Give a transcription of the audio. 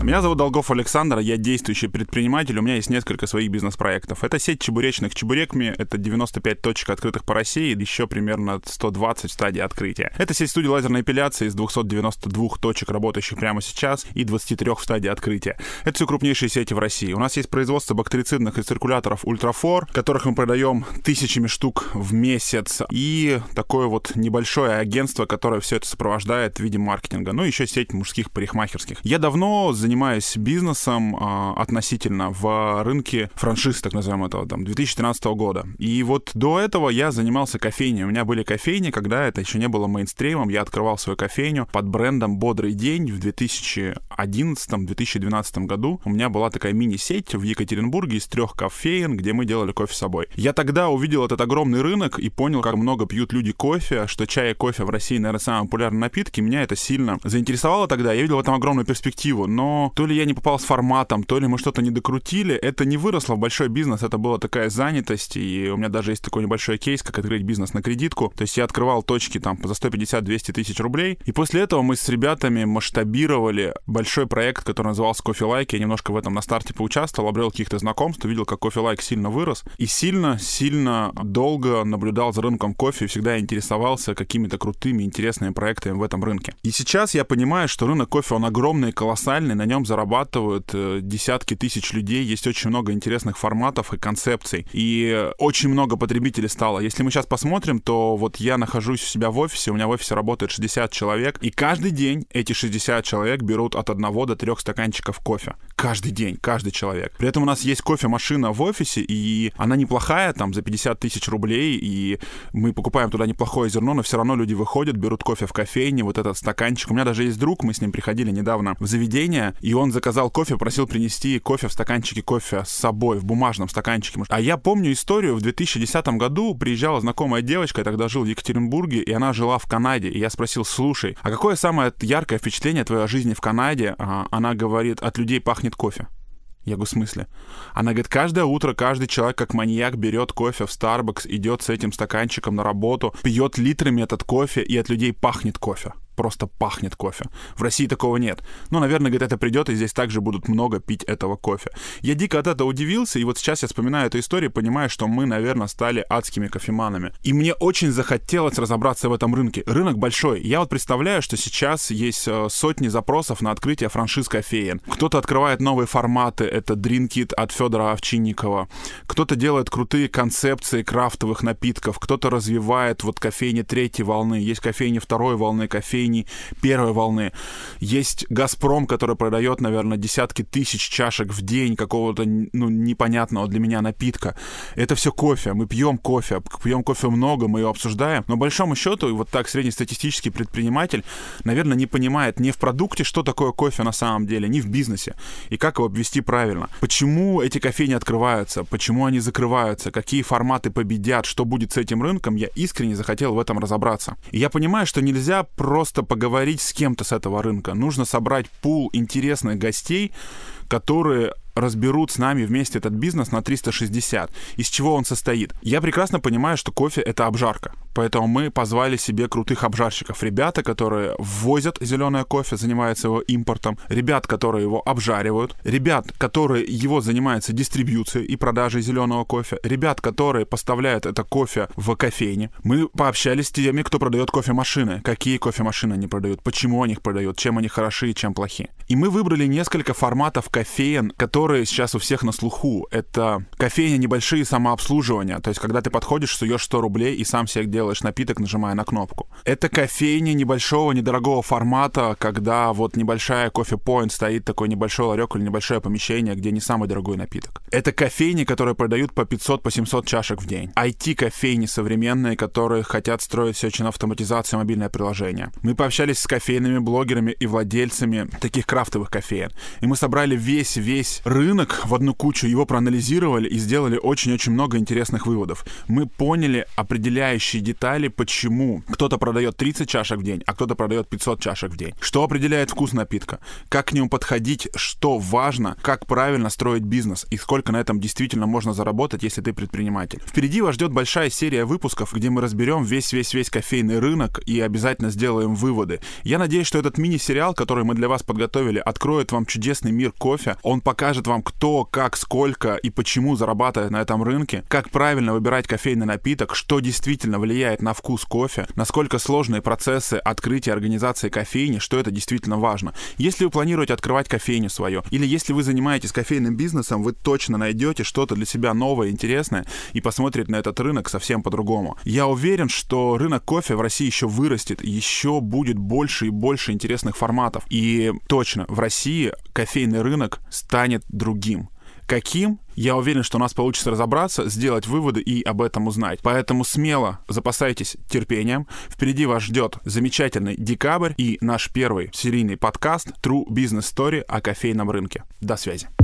Меня зовут Долгов Александр, я действующий предприниматель, у меня есть несколько своих бизнес-проектов. Это сеть чебуречных чебурекми, это 95 точек, открытых по России, еще примерно 120 в стадии открытия. Это сеть студий лазерной эпиляции из 292 точек, работающих прямо сейчас, и 23 в стадии открытия. Это все крупнейшие сети в России. У нас есть производство бактерицидных рециркуляторов Ультрафор, которых мы продаем тысячами штук в месяц, и такое вот небольшое агентство, которое все это сопровождает в виде маркетинга. Ну, еще сеть мужских парикмахерских. Я давно занимаюсь бизнесом относительно в рынке франшиз, так называемого, этого, 2013 года. И вот до этого я занимался кофейней. У меня были кофейни, когда это еще не было мейнстримом. Я открывал свою кофейню под брендом «Бодрый день» в 2011-2012 году. У меня была такая мини-сеть в Екатеринбурге из 3 кофеен, где мы делали кофе с собой. Я тогда увидел этот огромный рынок и понял, как много пьют люди кофе, что чай и кофе в России, наверное, самые популярные напитки. Меня это сильно заинтересовало тогда. Я видел в этом огромную перспективу, но то ли я не попал с форматом, то ли мы что-то не докрутили. Это не выросло в большой бизнес, это была такая занятость, и у меня даже есть такой небольшой кейс, как открыть бизнес на кредитку. То есть я открывал точки там за 150-200 тысяч рублей, и после этого мы с ребятами масштабировали большой проект, который назывался Coffee Like. Я немножко в этом на старте поучаствовал, обрел каких-то знакомств, увидел, как Coffee Like сильно вырос, и сильно долго наблюдал за рынком кофе, и всегда интересовался какими-то крутыми, интересными проектами в этом рынке. И сейчас я понимаю, что рынок кофе, он огромный, колоссальный, на нем зарабатывают десятки тысяч людей, есть очень много интересных форматов и концепций, и очень много потребителей стало. Если мы сейчас посмотрим, то вот я нахожусь у себя в офисе, у меня в офисе работает 60 человек, и каждый день эти 60 человек берут от 1 до 3 стаканчиков кофе. Каждый день, каждый человек. При этом у нас есть кофемашина в офисе, и она неплохая, там, за 50 тысяч рублей, и мы покупаем туда неплохое зерно, но все равно люди выходят, берут кофе в кофейне, вот этот стаканчик. У меня даже есть друг, мы с ним приходили недавно в заведение, и он заказал кофе, просил принести кофе в стаканчике кофе с собой, в бумажном стаканчике. А я помню историю, в 2010 году приезжала знакомая девочка, я тогда жил в Екатеринбурге, и она жила в Канаде, и я спросил: слушай, а какое самое яркое впечатление твоей жизни в Канаде? Она говорит: от людей пахнет кофе. Я говорю: в смысле? Она говорит: каждое утро каждый человек, как маньяк, берет кофе в Starbucks, идет с этим стаканчиком на работу, пьет литрами этот кофе, и от людей пахнет кофе. Просто пахнет кофе. В России такого нет. Ну, наверное, говорит, это придет, и здесь также будут много пить этого кофе. Я дико от этого удивился, и вот сейчас я вспоминаю эту историю, понимаю, что мы, наверное, стали адскими кофеманами. И мне очень захотелось разобраться в этом рынке. Рынок большой. Я вот представляю, что сейчас есть сотни запросов на открытие франшиз кофеен. Кто-то открывает новые форматы, это Drinkit от Федора Овчинникова. Кто-то делает крутые концепции крафтовых напитков, кто-то развивает вот кофейни 3-й волны, есть кофейни 2-й волны, кофейни 1-й волны. Есть «Газпром», который продает, наверное, десятки тысяч чашек в день какого-то, непонятного для меня напитка. Это все кофе. Мы пьем кофе много, мы его обсуждаем. Но, по большому счету, вот так среднестатистический предприниматель, наверное, не понимает ни в продукте, что такое кофе на самом деле, ни в бизнесе, и как его вести правильно. Почему эти кофейни открываются, почему они закрываются, какие форматы победят, что будет с этим рынком, я искренне захотел в этом разобраться. И я понимаю, что нельзя просто поговорить с кем-то с этого рынка. Нужно собрать пул интересных гостей, которые разберут с нами вместе этот бизнес на 360. Из чего он состоит? Я прекрасно понимаю, что кофе — это обжарка. Поэтому мы позвали себе крутых обжарщиков. Ребята, которые ввозят зеленое кофе, занимаются его импортом. Ребят, которые его обжаривают. Ребят, которые его занимаются дистрибьюцией и продажей зеленого кофе. Ребят, которые поставляют это кофе в кофейне. Мы пообщались с теми, кто продает кофемашины. Какие кофемашины они продают, почему они их продают, чем они хороши и чем плохи. И мы выбрали несколько форматов кофеен, которые сейчас у всех на слуху. Это кофейни небольшие самообслуживания. То есть, когда ты подходишь, суешь 100 рублей и сам себе делаешь напиток, нажимая на кнопку. Это кофейни небольшого, недорогого формата, когда вот небольшая кофе-поинт стоит, такой небольшой ларек или небольшое помещение, где не самый дорогой напиток. Это кофейни, которые продают по 500, по 700 чашек в день. IT-кофейни современные, которые хотят строить все очень автоматизацию, мобильное приложение. Мы пообщались с кофейными блогерами и владельцами таких крафтовых кофеен. И мы собрали весь рынок в одну кучу, его проанализировали и сделали очень-очень много интересных выводов. Мы поняли определяющие детали, почему кто-то продает 30 чашек в день, а кто-то продает 500 чашек в день. Что определяет вкус напитка, как к нему подходить, что важно, как правильно строить бизнес и сколько на этом действительно можно заработать, если ты предприниматель. Впереди вас ждет большая серия выпусков, где мы разберем весь кофейный рынок и обязательно сделаем выводы. Я надеюсь, что этот мини-сериал, который мы для вас подготовили, откроет вам чудесный мир кофе. Он покажет вам, кто, как, сколько и почему зарабатывает на этом рынке, как правильно выбирать кофейный напиток, что действительно влияет на вкус кофе, насколько сложные процессы открытия и организации кофейни, что это действительно важно. Если вы планируете открывать кофейню свою, или если вы занимаетесь кофейным бизнесом, вы точно найдете что-то для себя новое, интересное и посмотрите на этот рынок совсем по-другому. Я уверен, что рынок кофе в России еще вырастет, еще будет больше и больше интересных форматов. И точно, в России кофейный рынок станет другим. Каким? Я уверен, что у нас получится разобраться, сделать выводы и об этом узнать. Поэтому смело запасайтесь терпением. Впереди вас ждет замечательный декабрь и наш первый серийный подкаст True Business Story о кофейном рынке. До связи.